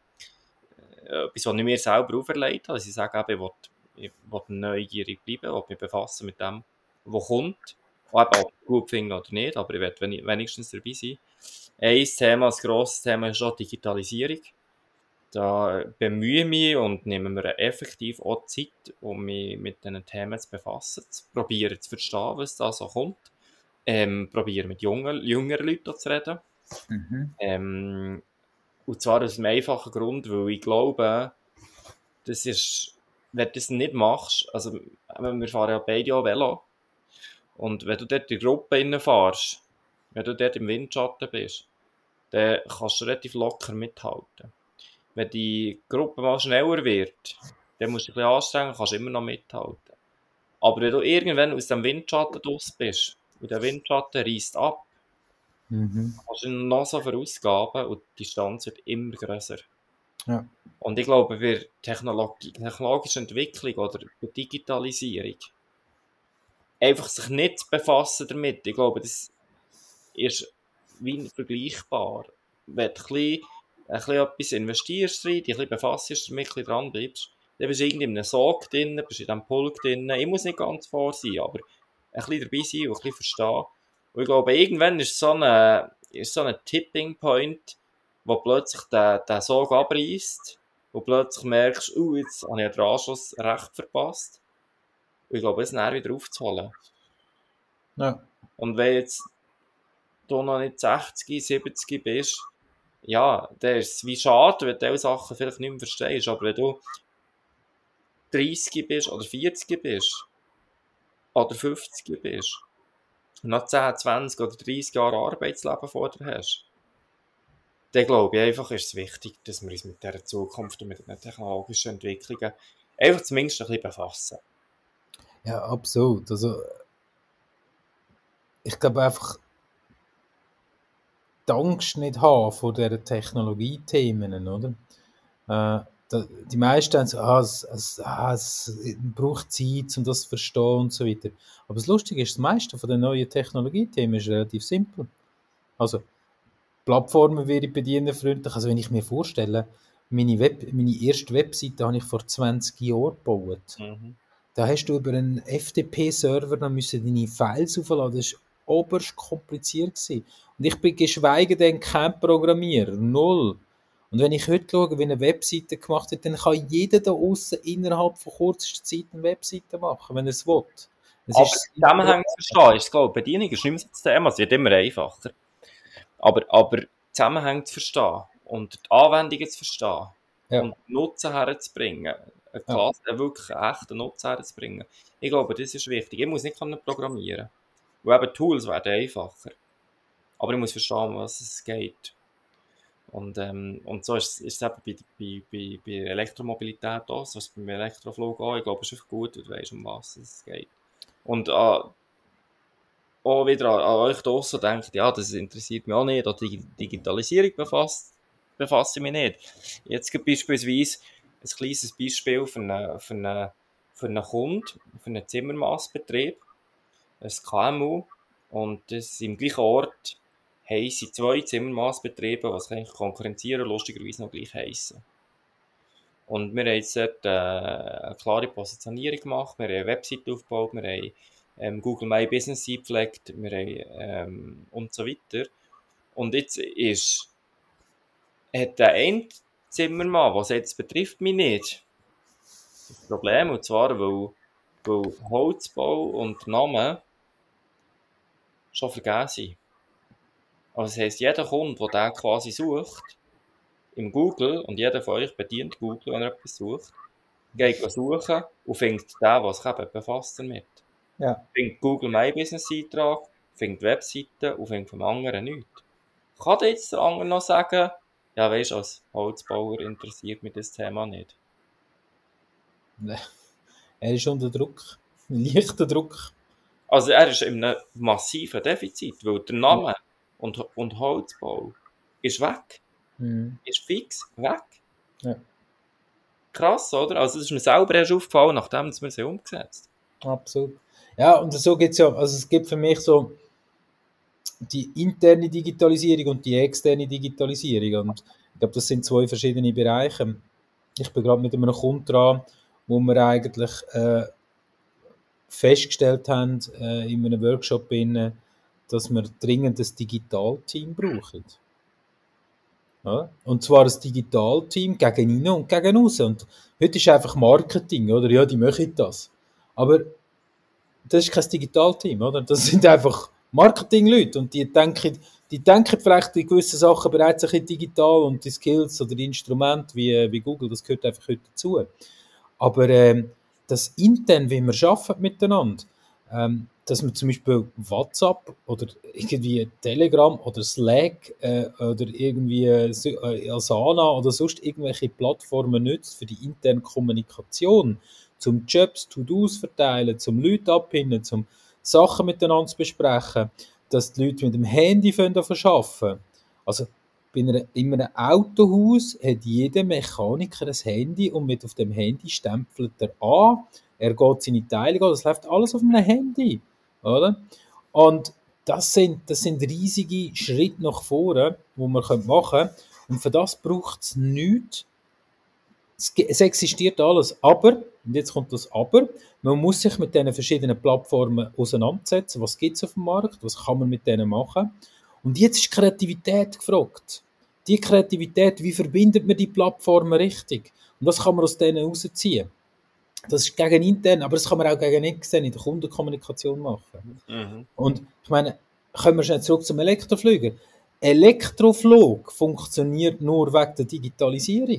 etwas, was ich mir selber auferlegt habe. Also ich sage eben, ich will, ich will neugierig bleiben, will mich befassen mit dem, was kommt. Und eben, ob ich gut finde oder nicht, aber ich werde wenigstens dabei sein. Ein Thema, ein grosses Thema ist auch Digitalisierung. Da bemühe ich mich und nehme mir effektiv auch Zeit, um mich mit diesen Themen zu befassen, zu probieren zu verstehen, was da so kommt. Ähm, probieren mit jungen, jüngeren Leuten zu reden. Mhm. Ähm, und zwar aus einem einfachen Grund, weil ich glaube, das ist, wenn du das nicht machst, also wir fahren ja beide auch Velo, und wenn du dort in die Gruppe reinfährst, wenn du dort im Windschatten bist, dann kannst du relativ locker mithalten. Wenn die Gruppe mal schneller wird, dann musst du dich ein bisschen anstrengen, kannst immer noch mithalten. Aber wenn du irgendwann aus dem Windschatten draus bist, und der Windschatten reißt ab, Mhm. hast du noch so viele Ausgaben und die Distanz wird immer grösser. Ja. Und ich glaube, für Technologie, technologische Entwicklung oder für Digitalisierung, einfach sich nicht zu befassen damit, ich glaube, das ist wie vergleichbar. Wenn du ein bisschen, ein bisschen etwas investierst, dich ein bisschen befasst damit, ein bisschen dran bleibst, dann bist du irgendwie in einem Sog drin, bist in diesem Pulk drin. Ich muss nicht ganz vor sein, aber ein bisschen dabei sein und ein bisschen verstehen. Und ich glaube, irgendwann ist so ein, ist so ein Tipping Point, wo plötzlich der, der Sog abreißt und plötzlich merkst, uh, jetzt habe ich den Anschluss recht verpasst. Und ich glaube, es dann wieder aufzuholen. Ja. Und wenn jetzt du noch nicht sechzig, siebzig bist, ja, dann ist es wie schade, wenn du diese Sachen vielleicht nicht mehr verstehst. Aber wenn du dreißig bist oder vierzig bist oder fünfzig bist und noch zehn, zwanzig oder dreißig Jahre Arbeitsleben vor dir hast, dann glaube ich einfach, ist es wichtig, dass wir uns mit dieser Zukunft und mit den technologischen Entwicklungen einfach zumindest ein bisschen befassen. Ja, absolut. Also, ich glaube einfach, die Angst nicht haben vor diesen Technologiethemen, oder? Äh, da, die meisten haben so, ah, es, es, ah, es braucht Zeit, um das zu verstehen und so weiter. Aber das Lustige ist, das meiste von den neuen Technologiethemen ist relativ simpel. Also, Plattformen wäre bedienerfreundlich. Also, wenn ich mir vorstelle, meine, Web, meine erste Webseite habe ich vor zwanzig Jahren gebaut. Mhm. Da hast du über einen F T P-Server, dann müssen deine Files aufladen. Das war oberst kompliziert gewesen. Und ich bin geschweige denn kein Programmierer. Null. Und wenn ich heute schaue, wie eine Webseite gemacht wird, dann kann jeder da außen innerhalb von kürzester Zeit eine Webseite machen, wenn er es will. Es Aber ist Zusammenhänge zu verstehen, ist, glaube ich, Bedienung ist nicht mehr so das Thema, es wird immer einfacher. Aber, aber Zusammenhänge zu verstehen und die Anwendungen zu verstehen ja. und Nutzen herzubringen, eine Ja. Klasse, einen wirklich echten Nutzen herzubringen. Ich glaube, das ist wichtig. Ich muss nicht können programmieren. Und eben Tools werden einfacher. Aber ich muss verstehen, um was es geht. Und, ähm, und so ist, ist es eben bei, bei, bei, bei Elektromobilität auch, so ist es beim Elektroflug auch. Ich glaube, es ist einfach gut, du weißt, um was es geht. Und äh, auch wieder an, an euch draussen denkt, ja, das interessiert mich auch nicht, an die Digitalisierung befasst, befasse ich mich nicht. Jetzt gibt beispielsweise ein kleines Beispiel für einen, für einen, für einen Kunden, für einen Zimmermassbetrieb, ein K M U, und das im gleichen Ort haben sie zwei Zimmermassbetriebe, die sich eigentlich konkurrenzieren, lustigerweise noch gleich heissen. Und wir haben jetzt dort äh, eine klare Positionierung gemacht, wir haben eine Webseite aufgebaut, wir haben ähm, Google My Business eingepflegt, wir haben ähm, und so weiter. Und jetzt ist, hat der eine Zimmermann, der sagt, das betrifft mich nicht, das Problem, und zwar, weil, weil Holzbau und Namen schon vergeben sind. Also das heisst, jeder Kunde, der den quasi sucht, im Google, und jeder von euch bedient Google, wenn er etwas sucht, geht suchen und findet den, was sich eben befasst damit. Ja. Findet Google My Business Eintrag, findet Webseiten und findet vom anderen nichts. Kann jetzt der andere noch sagen, ja, weisst du, als Holzbauer interessiert mich das Thema nicht? Er ist unter Druck. Leichter Druck. Also er ist in einem massiven Defizit, weil der Name ja. und, und Holzbau ist weg. Mhm. Ist fix weg. Ja. Krass, oder? Also das ist mir selber erst aufgefallen, nachdem wir es umgesetzt haben. Absolut. Ja, und so gibt es ja, also es gibt für mich so die interne Digitalisierung und die externe Digitalisierung. Und ich glaube, das sind zwei verschiedene Bereiche. Ich bin gerade mit einem Kunden dran, wo wir eigentlich äh, festgestellt haben, äh, in einem Workshop, in, dass wir dringend ein Digitalteam brauchen. Ja? Und zwar ein Digitalteam gegen innen und gegen raus. Und heute ist einfach Marketing, oder? Ja, die machen das. Aber das ist kein Digitalteam, oder? Das sind einfach Marketingleute und die denken, die denken vielleicht in gewissen Sachen bereits ein bisschen digital und die Skills oder die Instrumente wie, wie Google, das gehört einfach heute dazu. Aber ähm, das intern, wie wir arbeiten miteinander, ähm, dass wir zum Beispiel WhatsApp oder irgendwie Telegram oder Slack äh, oder irgendwie äh, Asana oder sonst irgendwelche Plattformen nutzt für die interne Kommunikation, zum Jobs, To-Dos verteilen, zum Leute abpinnen, zum Sachen miteinander zu besprechen, dass die Leute mit dem Handy arbeiten. Also bei einer, in einem Autohaus hat jeder Mechaniker ein Handy und mit auf dem Handy stempelt er an, er geht seine Teile an, das läuft alles auf einem Handy, oder? Und das sind, das sind riesige Schritte nach vorne, die man machen können. Und für das braucht es nichts. Es, es existiert alles, aber, und jetzt kommt das Aber, man muss sich mit diesen verschiedenen Plattformen auseinandersetzen. Was gibt es auf dem Markt? Was kann man mit denen machen? Und jetzt ist Kreativität gefragt. Die Kreativität, wie verbindet man die Plattformen richtig? Und was kann man aus denen rausziehen? Das ist gegen intern, aber das kann man auch gegen extern in der Kundenkommunikation machen. Mhm. Und ich meine, kommen wir schnell zurück zum Elektroflüger. Elektroflug funktioniert nur wegen der Digitalisierung.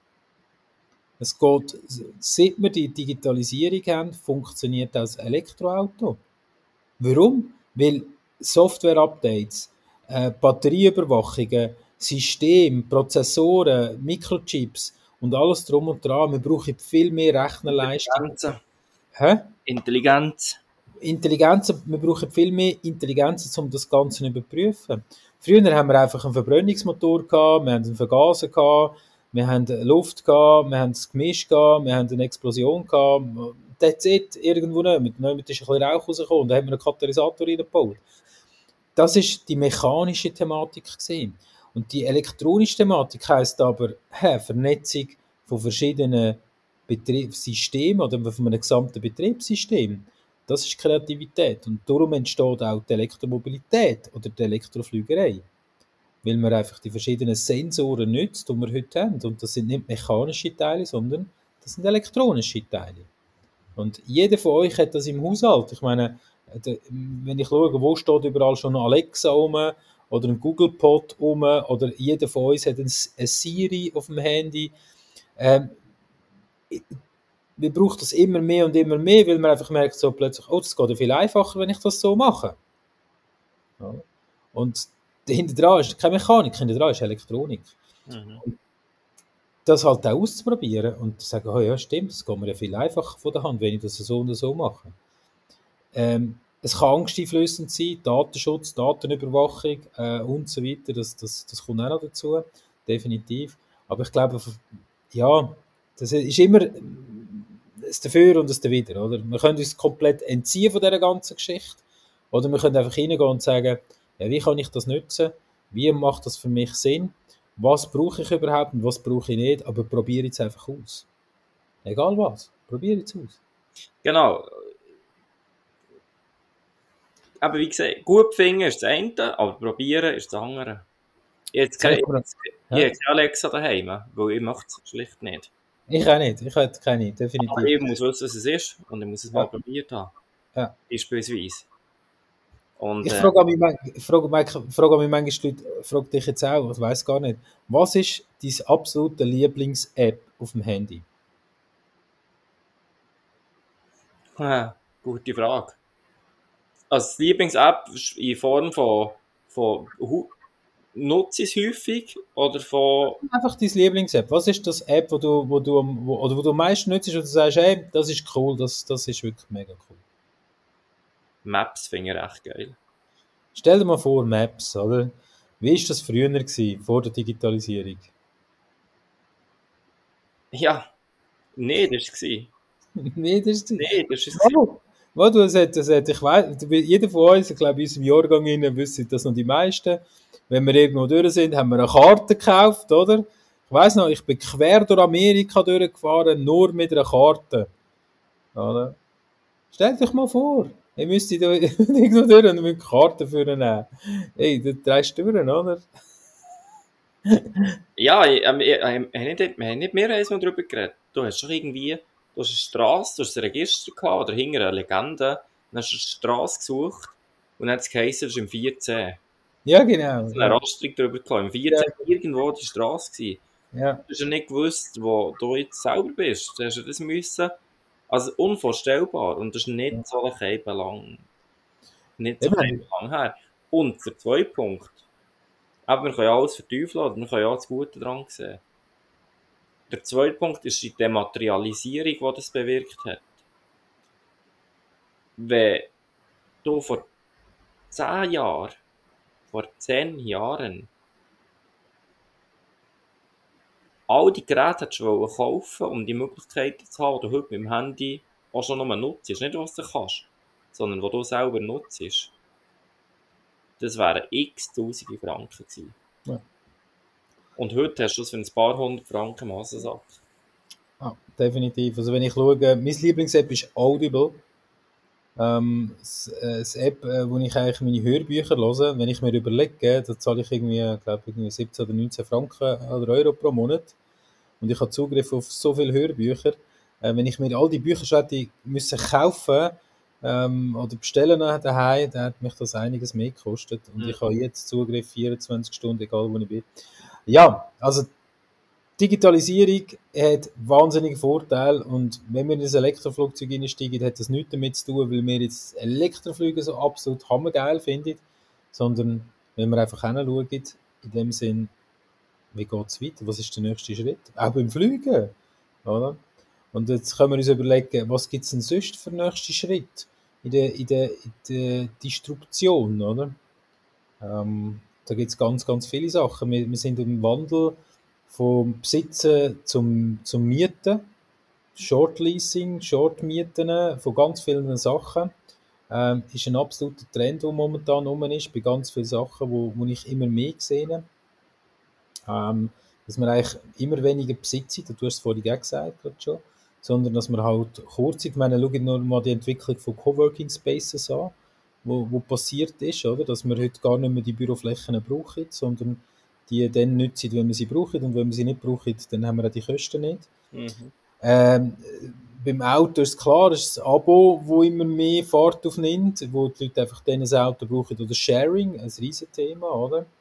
Es geht, seit wir die Digitalisierung haben, funktioniert das Elektroauto. Warum? Weil Software-Updates, äh, Batterieüberwachungen, Systeme, Prozessoren, Mikrochips und alles drum und dran, wir brauchen viel mehr Rechnerleistung. Intelligenz. Hä? Intelligenz. Intelligenz, wir brauchen viel mehr Intelligenz, um das Ganze zu überprüfen. Früher haben wir einfach einen Verbrennungsmotor gehabt, wir haben einen Vergaser gehabt, wir haben Luft gehabt, wir haben es gemischt gehabt, wir haben eine Explosion gehabt. That's it, irgendwo nicht. Nicht ist ein bisschen Rauch rausgekommen und da haben wir einen Katalysator reingebaut. Das war die mechanische Thematik gewesen. Und die elektronische Thematik heisst aber hä, Vernetzung von verschiedenen Betriebssystemen oder von einem gesamten Betriebssystem. Das ist Kreativität. Und darum entsteht auch die Elektromobilität oder die Elektroflügerei. Weil man einfach die verschiedenen Sensoren nutzt, die wir heute haben. Und das sind nicht mechanische Teile, sondern das sind elektronische Teile. Und jeder von euch hat das im Haushalt. Ich meine, wenn ich schaue, wo steht überall schon ein Alexa rum oder ein Google Pod rum oder jeder von uns hat ein, ein Siri auf dem Handy. Ähm, man braucht das immer mehr und immer mehr, weil man einfach merkt so plötzlich, oh, das geht ja viel einfacher, wenn ich das so mache. Ja. Und dahinter dran ist keine Mechanik, hinter dran ist Elektronik. Mhm. Und das halt auch auszuprobieren und zu sagen, oh ja, stimmt, das geht mir ja viel einfacher von der Hand, wenn ich das so und so mache. Ähm, es kann angsteinflößend sein, Datenschutz, Datenüberwachung äh, und so weiter, das, das, das kommt auch noch dazu, definitiv. Aber ich glaube, ja, das ist immer das Dafür und das Dawider, oder? Wir können uns komplett entziehen von dieser ganzen Geschichte, oder wir können einfach hingehen und sagen, ja, wie kann ich das nutzen, wie macht das für mich Sinn, was brauche ich überhaupt und was brauche ich nicht, aber probiere es einfach aus. Egal was, probiere es aus. Genau. Aber wie gesagt, gut finden ist das eine, aber probieren ist das andere. Ich habe keine, Ja. keine Alexa daheim, weil ich möchte es schlicht nicht. Ich auch nicht, ich hätte keine, definitiv. Aber ich muss wissen, was es ist und ich muss es mal Ja. probiert haben. Ja. Beispielsweise. Und, ich äh, frage mich, ich frage mich, frage mich manchmal Leute, frage dich jetzt auch, ich weiß gar nicht, was ist deine absolute Lieblings-App auf dem Handy? äh, gute Frage. Also die Lieblings-App in Form von, von nutze ich es häufig oder von... Einfach deine Lieblings-App. Was ist das App, wo du, wo du, wo, oder wo du am meisten nutzt und du sagst, hey, das ist cool, das, das ist wirklich mega cool. Maps finde ich recht geil. Stell dir mal vor, Maps, oder? Wie war das früher gewesen, vor der Digitalisierung? Ja, nee, das war es. Nee, das ist Nee, das ist oh, oh, du, das hat, das hat, ich weiss, jeder von uns, ich glaube, in unserem Jahrgang wissen das noch die meisten. Wenn wir irgendwo durch sind, haben wir eine Karte gekauft, oder? Ich weiss noch, ich bin quer durch Amerika durchgefahren, nur mit einer Karte. Oder? Stellt euch mal vor, ihr müsst da irgendwo durch und mit Karte für nehmen. Ey, das drehst du durch, oder? Ja, ich, ähm, ich, ähm, wir haben nicht, wir haben nicht mehr eins mal darüber geredet. Du hast doch irgendwie, du hast eine Straße, du hast ein Register gehabt, oder hinter einer Legende, dann hast du eine Straße gesucht und dann hat es geheißen, das ist im vierzehn. Ja, genau. So eine Ja, Rasterung darüber gehabt. Im ja, vierzehn irgendwo die Straße gewesen. ja. Du hast ja nicht gewusst, wo du jetzt selber bist. Du hast ja das müssen, also unvorstellbar. Und das ist nicht so ein lang, nicht so Eben, lang her. Und der zweite Punkt, aber wir können ja alles verteufeln, oder wir können ja auch das Gute dran sehen. Der zweite Punkt ist die Dematerialisierung, die das bewirkt hat. Wenn du vor zehn Jahren, vor zehn Jahren, all die Geräte hättest du kaufen, um die Möglichkeiten zu haben, die du heute mit dem Handy auch schon nur nutzt. Nicht, was du kannst, sondern was du selber nutzt. Das wären x tausende Franken gewesen. Ja. Und heute hast du das für ein paar hundert Franken Massensache. Ah, definitiv. Also wenn ich schaue, mein Lieblings-App ist Audible. Ähm, das, äh, das App, äh, wo ich eigentlich meine Hörbücher höre, wenn ich mir überlege, da zahle ich irgendwie, glaube irgendwie siebzehn oder neunzehn Franken oder Euro pro Monat. Und ich habe Zugriff auf so viele Hörbücher. Äh, wenn ich mir all die Bücher schon hätte müssen kaufen ähm, oder bestellen daheim, dann hat mich das einiges mehr gekostet. Und Mhm. ich habe jetzt Zugriff vierundzwanzig Stunden, egal wo ich bin. Ja, also Digitalisierung hat wahnsinnige Vorteile und wenn wir in ein Elektroflugzeug einsteigen, hat das nichts damit zu tun, weil wir jetzt Elektroflüge so absolut hammergeil finden, sondern wenn wir einfach hinschauen, in dem Sinn, wie geht es weiter, was ist der nächste Schritt, auch beim Fliegen, oder? Und jetzt können wir uns überlegen, was gibt es denn sonst für nächste Schritt in der, in der, in der Distribution, oder? Ähm, da gibt es ganz, ganz viele Sachen. Wir, wir sind im Wandel vom Besitzen zum, zum Mieten, Short-Leasing, Short-Mieten von ganz vielen Sachen. Ähm, ist ein absoluter Trend, der momentan rum ist, bei ganz vielen Sachen, wo, wo ich immer mehr sehe. Ähm, dass man eigentlich immer weniger besitzen, du hast es vorhin auch gesagt, gerade schon, sondern dass man halt kurz, ich meine, schau nur mal die Entwicklung von Coworking Spaces an, wo, wo passiert ist, oder? Dass wir heute gar nicht mehr die Büroflächen brauchen, sondern die dann nutzen, wenn wir sie brauchen, und wenn wir sie nicht brauchen, dann haben wir auch die Kosten nicht. Mhm. Ähm, beim Auto ist klar, es ist das Abo, wo immer mehr Fahrt aufnimmt, wo die Leute einfach dann ein Auto brauchen, oder Sharing, ein riesen Thema, oder?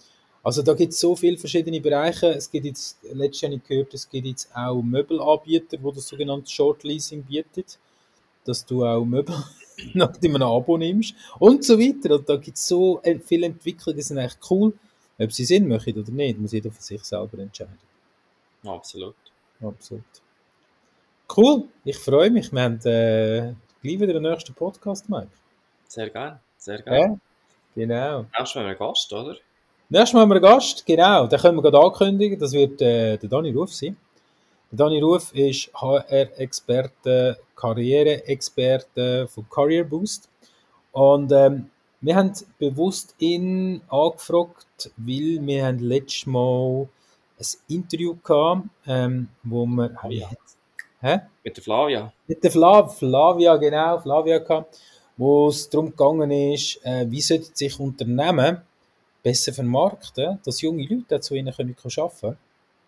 Also da gibt es so viele verschiedene Bereiche. Es gibt jetzt, letztes Jahr habe ich gehört, es gibt jetzt auch Möbelanbieter, die das sogenannte Short Leasing bietet, dass du auch Möbel nach einem Abo nimmst und so weiter. Und da gibt es so äh, viele Entwicklungen, die sind eigentlich cool. Ob sie Sinn machen oder nicht, muss jeder für sich selber entscheiden. Absolut. Absolut. Cool, ich freue mich. Wir haben äh, gleich wieder den nächsten Podcast, Mike. Sehr gerne, sehr gerne. Ja, genau. Erstmal einen Gast, oder? Nächstes Mal haben wir einen Gast, genau. Den können wir gerade ankündigen. Das wird äh, der Dani Ruf sein. Der Dani Ruf ist H R-Experte, Karriere-Experte von Career Boost. Und ähm, wir haben bewusst ihn angefragt, weil wir haben letztes Mal ein Interview gehabt, ähm, wo wir... Oh ja. Hä? Mit der Flavia. Mit der Flav Flavia, genau, Flavia gehabt, wo es darum gegangen ist, äh, wie sollten sich Unternehmen besser vermarkten, dass junge Leute zu ihnen können arbeiten können.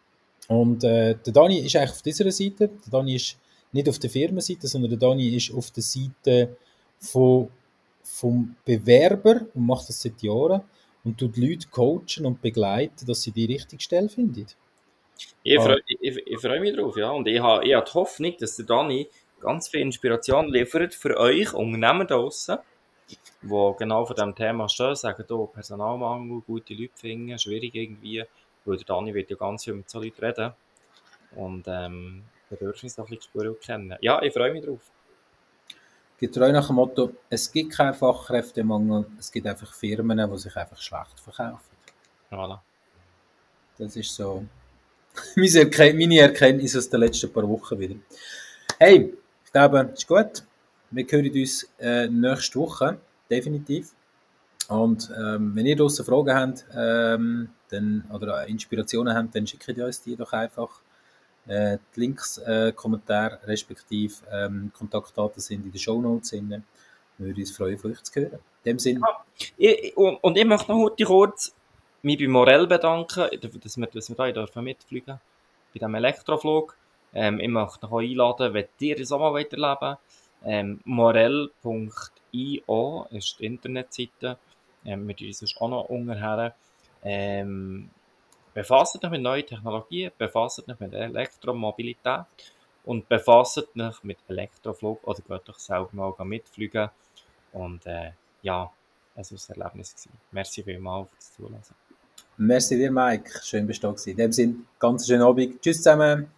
Und äh, der Dani ist eigentlich auf dieser Seite. Der Dani ist nicht auf der Firmenseite, sondern der Dani ist auf der Seite von, vom Bewerber und macht das seit Jahren und tut Leute coachen und begleiten, dass sie die richtige Stelle finden. Ich Ah. freue ich, ich freu mich drauf, ja. Und ich habe, ich habe die Hoffnung, dass der Dani ganz viel Inspiration liefert für euch Unternehmer da draussen, die genau von diesem Thema stehen, sagen, oh, Personalmangel, gute Leute finden, schwierig irgendwie, weil der Dani wird ja ganz viel mit so Leuten reden und ähm, Bedürfnisse noch ein bisschen spüren und kennen. Ja, ich freue mich drauf. Getreu nach dem Motto, es gibt keinen Fachkräftemangel, es gibt einfach Firmen, die sich einfach schlecht verkaufen. Voilà. Das ist so meine Erkenntnis aus den letzten paar Wochen wieder. Hey, ich glaube, es ist gut. Wir hören uns äh, nächste Woche, definitiv. Und ähm, wenn ihr draussen Fragen habt ähm, dann, oder Inspirationen habt, dann schickt ihr uns die doch einfach. Äh, die Links, äh, Kommentare, respektive ähm, Kontaktdaten sind in den Shownotes drin. Wir würden uns freuen, von euch zu hören. In dem Sinne. Ja, ich, und, und ich möchte noch heute kurz mich bei Morell bedanken, dass wir, dass wir da dürfen mitfliegen bei diesem Elektroflug. Ähm, ich möchte noch einladen, wenn ihr das auch mal erleben wollt. Ähm, morell punkt i o ist die Internetseite. Ähm, wir tun uns auch noch unterher. Ähm, befasst euch mit neuen Technologien, befasst euch mit Elektromobilität und befasst euch mit Elektroflug oder geht euch selber mal mitfliegen. Und äh, ja, es war ein Erlebnis gewesen. Merci vielmals fürs Zuhören. Merci dir, Mike. Schön, bist du da gewesen. In dem Sinne, ganz schönen Abend. Tschüss zusammen.